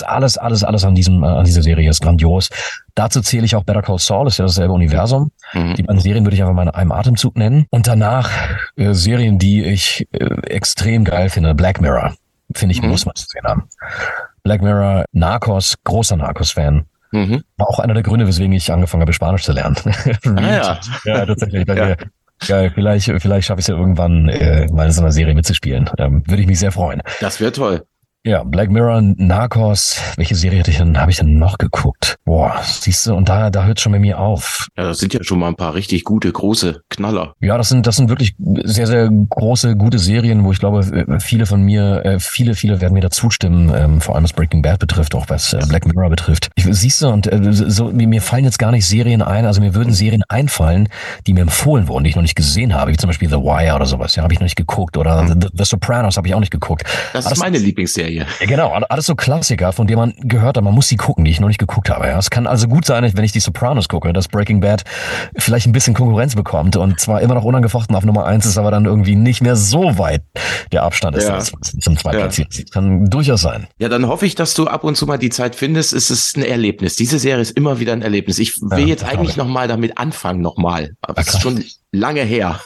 [SPEAKER 1] an dieser Serie ist grandios. Dazu zähle ich auch Better Call Saul, ist ja dasselbe Universum. Die beiden Serien würde ich einfach mal in einem Atemzug nennen. Und danach Serien, die ich extrem geil finde. Black Mirror, finde ich, muss man gesehen haben. Black Mirror, Narcos, großer Narcos-Fan. War auch einer der Gründe, weswegen ich angefangen habe, Spanisch zu lernen. Ja, tatsächlich. Ja, vielleicht schaffe ich es ja irgendwann, mal in so einer Serie mitzuspielen. Würde ich mich sehr freuen.
[SPEAKER 2] Das wäre toll.
[SPEAKER 1] Ja, Black Mirror, Narcos, welche Serie habe ich denn noch geguckt? Boah, siehst du, und da hört es schon bei mir auf.
[SPEAKER 2] Ja, das sind ja schon mal ein paar richtig gute, große Knaller.
[SPEAKER 1] Ja, das sind wirklich sehr, sehr große, gute Serien, wo ich glaube, viele werden mir da zustimmen, vor allem was Breaking Bad betrifft, auch was Black Mirror betrifft. Siehst du, und mir fallen jetzt gar nicht Serien ein, also mir würden Serien einfallen, die mir empfohlen wurden, die ich noch nicht gesehen habe, wie zum Beispiel The Wire oder sowas, ja, habe ich noch nicht geguckt, oder The Sopranos habe ich auch nicht geguckt.
[SPEAKER 2] Das ist meine Lieblingsserie.
[SPEAKER 1] Ja, genau, alles so Klassiker, von denen man gehört hat, man muss sie gucken, die ich noch nicht geguckt habe. Ja. Es kann also gut sein, wenn ich die Sopranos gucke, dass Breaking Bad vielleicht ein bisschen Konkurrenz bekommt und zwar immer noch unangefochten auf Nummer 1 ist, aber dann irgendwie nicht mehr so weit der Abstand ist zum Zweitplatzieren. Das kann durchaus sein.
[SPEAKER 2] Ja, dann hoffe ich, dass du ab und zu mal die Zeit findest. Es ist ein Erlebnis. Diese Serie ist immer wieder ein Erlebnis. Ich will jetzt eigentlich nochmal damit anfangen, aber es ist schon lange her.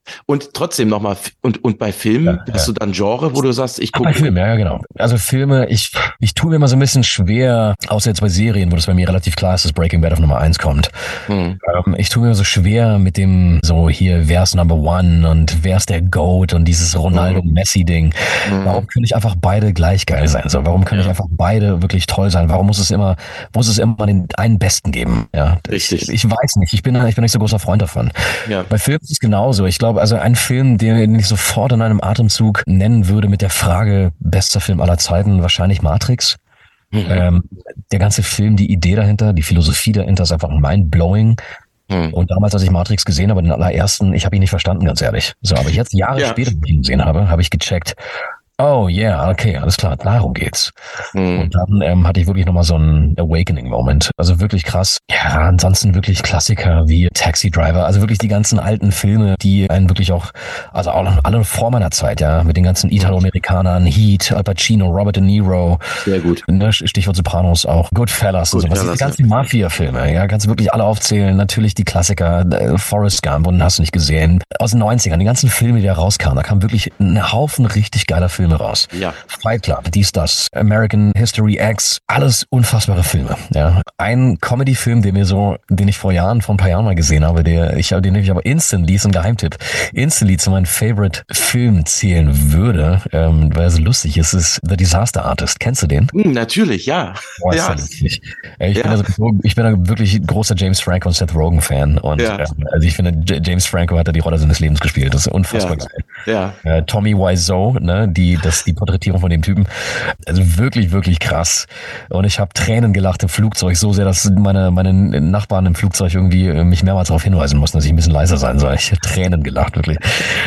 [SPEAKER 2] Und trotzdem nochmal, und bei Filmen, hast du dann Genre, wo du sagst, ich gucke...
[SPEAKER 1] Bei Filmen, ja, genau. Also Filme, ich tue mir immer so ein bisschen schwer, außer jetzt bei Serien, wo das bei mir relativ klar ist, dass Breaking Bad auf Nummer 1 kommt. Ich tue mir so schwer mit dem, so hier, wer ist Number One und wer ist der GOAT und dieses Ronaldo-Messi-Ding. Warum können nicht einfach beide gleich geil sein? So, warum können nicht einfach beide wirklich toll sein? Warum muss es immer den einen Besten geben? Ja,
[SPEAKER 2] Richtig.
[SPEAKER 1] Ich weiß nicht. Ich bin nicht so großer Freund davon.
[SPEAKER 2] Ja.
[SPEAKER 1] Bei Filmen ist es genauso. Ich glaube, also ein Film, den ich sofort in einem Atemzug nennen würde mit der Frage, bester Film aller Zeiten, wahrscheinlich Matrix. Der ganze Film, die Idee dahinter, die Philosophie dahinter ist einfach mind-blowing. Und damals, als ich Matrix gesehen habe, den allerersten, ich habe ihn nicht verstanden, ganz ehrlich. So, aber jetzt Jahre später, als ich ihn gesehen habe ich gecheckt, oh yeah, okay, alles klar, darum geht's. Und dann hatte ich wirklich nochmal so einen Awakening-Moment. Also wirklich krass. Ja, ansonsten wirklich Klassiker wie Taxi Driver, also wirklich die ganzen alten Filme, die einen wirklich auch, also auch alle vor meiner Zeit, ja, mit den ganzen Italo-Amerikanern, Heat, Al Pacino, Robert De Niro. Sehr gut. Ne, Stichwort Sopranos auch, Goodfellas und sowas. Die ganzen Mafia-Filme, ja, kannst du wirklich alle aufzählen. Natürlich die Klassiker, Forrest Gump und hast du nicht gesehen. Aus den 90ern, die ganzen Filme, die da rauskamen, da kam wirklich ein Haufen richtig geiler Filme raus. Ja. Fight Club, das, American History X, alles unfassbare Filme. Ja. Ein Comedy-Film, den ich vor ein paar Jahren mal gesehen habe, den ich aber instantly, ist ein Geheimtipp, instantly zu meinen Favorite-Filmen zählen würde, weil er so lustig ist, ist The Disaster Artist. Kennst du den?
[SPEAKER 2] Natürlich, ja.
[SPEAKER 1] Boah, ist lustig. Ich bin da wirklich großer James Franco und Seth Rogen-Fan. Und also ich finde, James Franco hat da die Rolle seines Lebens gespielt. Das ist unfassbar geil. Ja. Tommy Wiseau, ne, die Porträtierung von dem Typen. Also wirklich, wirklich krass. Und ich habe Tränen gelacht im Flugzeug, so sehr, dass meine Nachbarn im Flugzeug irgendwie mich mehrmals darauf hinweisen mussten, dass ich ein bisschen leiser sein soll. Ich habe Tränen gelacht, wirklich.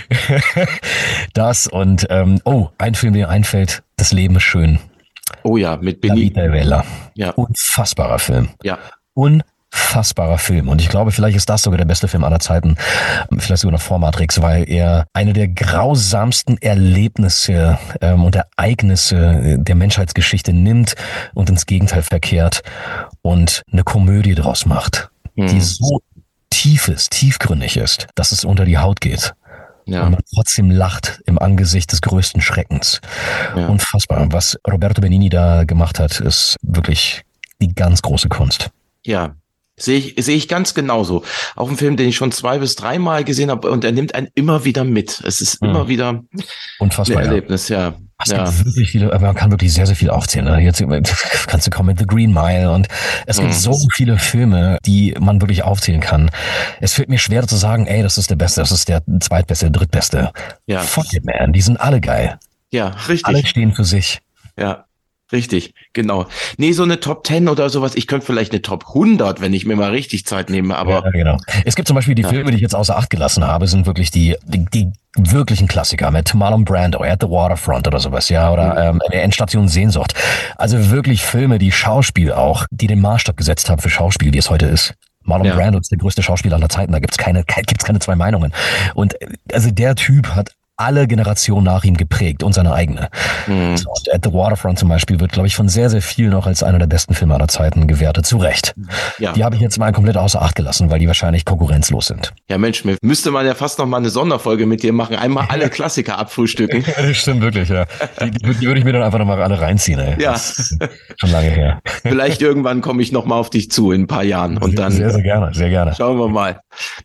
[SPEAKER 1] Das und, ein Film, der einfällt, Das Leben ist schön.
[SPEAKER 2] Oh ja, mit Benito.
[SPEAKER 1] Ja. Unfassbarer Film.
[SPEAKER 2] Ja.
[SPEAKER 1] Unfassbarer Film. Und ich glaube, vielleicht ist das sogar der beste Film aller Zeiten. Vielleicht sogar noch vor Matrix, weil er eine der grausamsten Erlebnisse und Ereignisse der Menschheitsgeschichte nimmt und ins Gegenteil verkehrt und eine Komödie draus macht, die so tiefgründig ist, dass es unter die Haut geht. Ja. Und man trotzdem lacht im Angesicht des größten Schreckens. Ja. Unfassbar. Was Roberto Benigni da gemacht hat, ist wirklich die ganz große Kunst.
[SPEAKER 2] Ja, sehe ich ganz genauso. Auch ein Film, den ich schon 2 bis 3 Mal gesehen habe, und er nimmt einen immer wieder mit. Es ist immer wieder
[SPEAKER 1] unfassbar,
[SPEAKER 2] ein Erlebnis, ja.
[SPEAKER 1] Es gibt wirklich viele, man kann wirklich sehr, sehr viel aufzählen. Ne? Jetzt kannst du kommen mit The Green Mile und es gibt so viele Filme, die man wirklich aufzählen kann. Es fällt mir schwer zu sagen, ey, das ist der Beste, das ist der zweitbeste, der drittbeste. Ja. Fuck it, man, die sind alle geil.
[SPEAKER 2] Ja, richtig.
[SPEAKER 1] Alle stehen für sich.
[SPEAKER 2] Ja. Richtig, genau. Nee, so eine Top 10 oder sowas. Ich könnte vielleicht eine Top 100, wenn ich mir mal richtig Zeit nehme, aber...
[SPEAKER 1] Ja, genau. Es gibt zum Beispiel die Filme, die ich jetzt außer Acht gelassen habe, sind wirklich die wirklichen Klassiker mit Marlon Brando, At the Waterfront oder sowas, ja, oder Endstation Sehnsucht. Also wirklich Filme, die Schauspiel auch, die den Maßstab gesetzt haben für Schauspiel, wie es heute ist. Marlon Brando ist der größte Schauspieler aller Zeiten, da gibt's keine zwei Meinungen. Und also der Typ hat alle Generationen nach ihm geprägt und seine eigene. So, und At the Waterfront zum Beispiel wird, glaube ich, von sehr, sehr vielen auch als einer der besten Filme aller Zeiten gewertet. Zu Recht. Ja. Die habe ich jetzt mal komplett außer Acht gelassen, weil die wahrscheinlich konkurrenzlos sind.
[SPEAKER 2] Ja, Mensch, müsste man ja fast noch mal eine Sonderfolge mit dir machen. Einmal alle Klassiker abfrühstücken.
[SPEAKER 1] Das stimmt wirklich, ja. Die würde ich mir dann einfach noch mal alle reinziehen, ey.
[SPEAKER 2] Ja.
[SPEAKER 1] Das ist schon lange her.
[SPEAKER 2] Vielleicht irgendwann komme ich noch mal auf dich zu in ein paar Jahren. Und dann
[SPEAKER 1] sehr, sehr gerne, sehr gerne.
[SPEAKER 2] Schauen wir mal.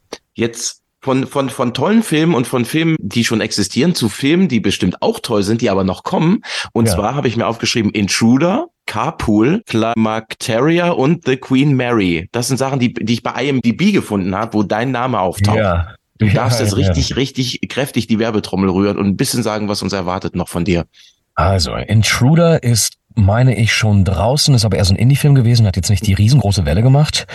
[SPEAKER 2] Jetzt von tollen Filmen und von Filmen, die schon existieren, zu Filmen, die bestimmt auch toll sind, die aber noch kommen. Und zwar habe ich mir aufgeschrieben, Intruder, Carpool, Climacteria und The Queen Mary. Das sind Sachen, die ich bei IMDb gefunden habe, wo dein Name auftaucht. Ja. Du darfst jetzt richtig kräftig die Werbetrommel rühren und ein bisschen sagen, was uns erwartet noch von dir.
[SPEAKER 1] Also, Intruder ist, meine ich, schon draußen, ist aber eher so ein Indie-Film gewesen, hat jetzt nicht die riesengroße Welle gemacht.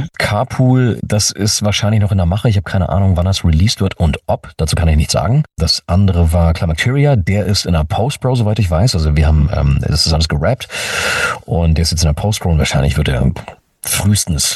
[SPEAKER 1] Carpool, das ist wahrscheinlich noch in der Mache. Ich habe keine Ahnung, wann das released wird und ob. Dazu kann ich nichts sagen. Das andere war Climacteria, der ist in der Post-Pro, soweit ich weiß. Also wir haben, das ist alles gerappt und der ist jetzt in der Post-Pro und wahrscheinlich wird er frühestens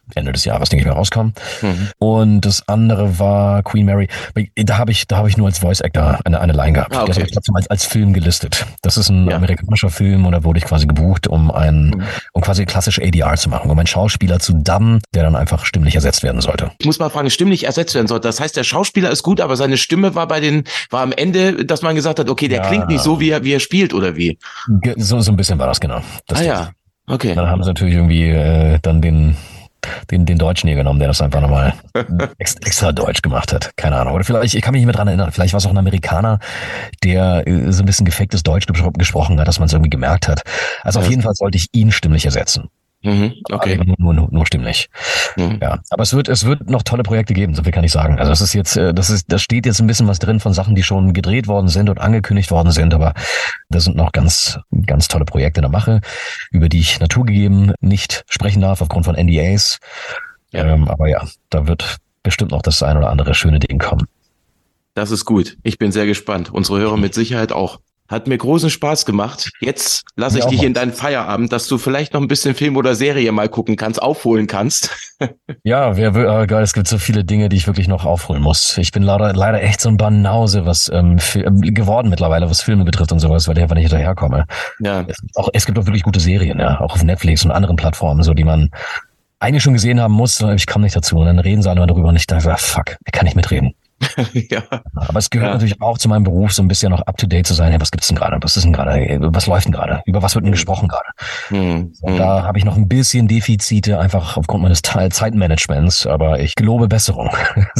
[SPEAKER 1] Ende des Jahres, denke ich mal, rauskommen. Und das andere war Queen Mary. Da habe ich nur als Voice Actor eine Line gehabt.
[SPEAKER 2] Okay.
[SPEAKER 1] Das habe ich trotzdem als Film gelistet. Das ist ein amerikanischer Film und da wurde ich quasi gebucht, um quasi klassisch ADR zu machen, um einen Schauspieler zu dubben, der dann einfach stimmlich ersetzt werden sollte.
[SPEAKER 2] Ich muss mal fragen, stimmlich ersetzt werden sollte. Das heißt, der Schauspieler ist gut, aber seine Stimme war am Ende, dass man gesagt hat, okay, der klingt nicht so, wie er spielt, oder wie?
[SPEAKER 1] So ein bisschen war das, genau.
[SPEAKER 2] Okay.
[SPEAKER 1] Dann haben sie natürlich irgendwie dann den Deutschen hier genommen, der das einfach nochmal extra deutsch gemacht hat. Keine Ahnung. Oder vielleicht, ich kann mich nicht mehr dran erinnern, vielleicht war es auch ein Amerikaner, der so ein bisschen gefaktes Deutsch gesprochen hat, dass man es irgendwie gemerkt hat. Also auf jeden Fall sollte ich ihn stimmlich ersetzen.
[SPEAKER 2] Okay.
[SPEAKER 1] Nur stimmlich. Ja, aber es wird noch tolle Projekte geben, so viel kann ich sagen. Also es ist jetzt, da steht jetzt ein bisschen was drin von Sachen, die schon gedreht worden sind und angekündigt worden sind, aber da sind noch ganz, ganz tolle Projekte in der Mache, über die ich naturgegeben nicht sprechen darf aufgrund von NDAs. Aber ja, da wird bestimmt noch das ein oder andere schöne Ding kommen.
[SPEAKER 2] Das ist gut. Ich bin sehr gespannt. Unsere Hörer mit Sicherheit auch. Hat mir großen Spaß gemacht. Jetzt lasse ich dich in deinen Feierabend, dass du vielleicht noch ein bisschen Film oder Serie mal gucken kannst, aufholen kannst.
[SPEAKER 1] Ja, geil, es gibt so viele Dinge, die ich wirklich noch aufholen muss. Ich bin leider echt so ein Banause, was geworden mittlerweile, was Filme betrifft und sowas, weil ich einfach nicht hinterherkomme.
[SPEAKER 2] Ja.
[SPEAKER 1] Es gibt auch wirklich gute Serien, ja, auch auf Netflix und anderen Plattformen, so die man eigentlich schon gesehen haben muss, aber ich komme nicht dazu. Und dann reden sie alle mal drüber und ich dachte, fuck, ich kann nicht mitreden.
[SPEAKER 2] Ja.
[SPEAKER 1] Aber es gehört natürlich auch zu meinem Beruf, so ein bisschen noch up-to-date zu sein. Hey, was gibt's denn gerade? Was ist denn gerade? Was läuft denn gerade? Über was wird denn gesprochen gerade? Und da habe ich noch ein bisschen Defizite, einfach aufgrund meines Zeitmanagements, aber ich gelobe Besserung.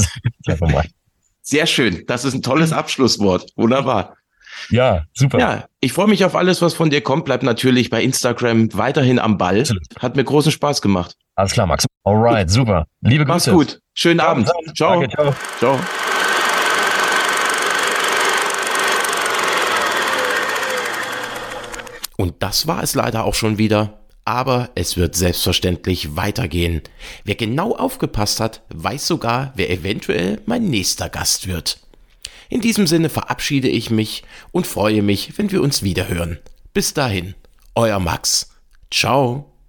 [SPEAKER 2] Sehr schön. Das ist ein tolles Abschlusswort. Wunderbar.
[SPEAKER 1] Ja, super.
[SPEAKER 2] Ja, ich freue mich auf alles, was von dir kommt. Bleib natürlich bei Instagram weiterhin am Ball. Absolut. Hat mir großen Spaß gemacht.
[SPEAKER 1] Alles klar, Max. Alright, gut. Super. Liebe Grüße.
[SPEAKER 2] Mach's gut. Schönen Abend. Ciao.
[SPEAKER 1] Danke, ciao.
[SPEAKER 2] Ciao. Und das war es leider auch schon wieder. Aber es wird selbstverständlich weitergehen. Wer genau aufgepasst hat, weiß sogar, wer eventuell mein nächster Gast wird. In diesem Sinne verabschiede ich mich und freue mich, wenn wir uns wiederhören. Bis dahin, euer Max. Ciao.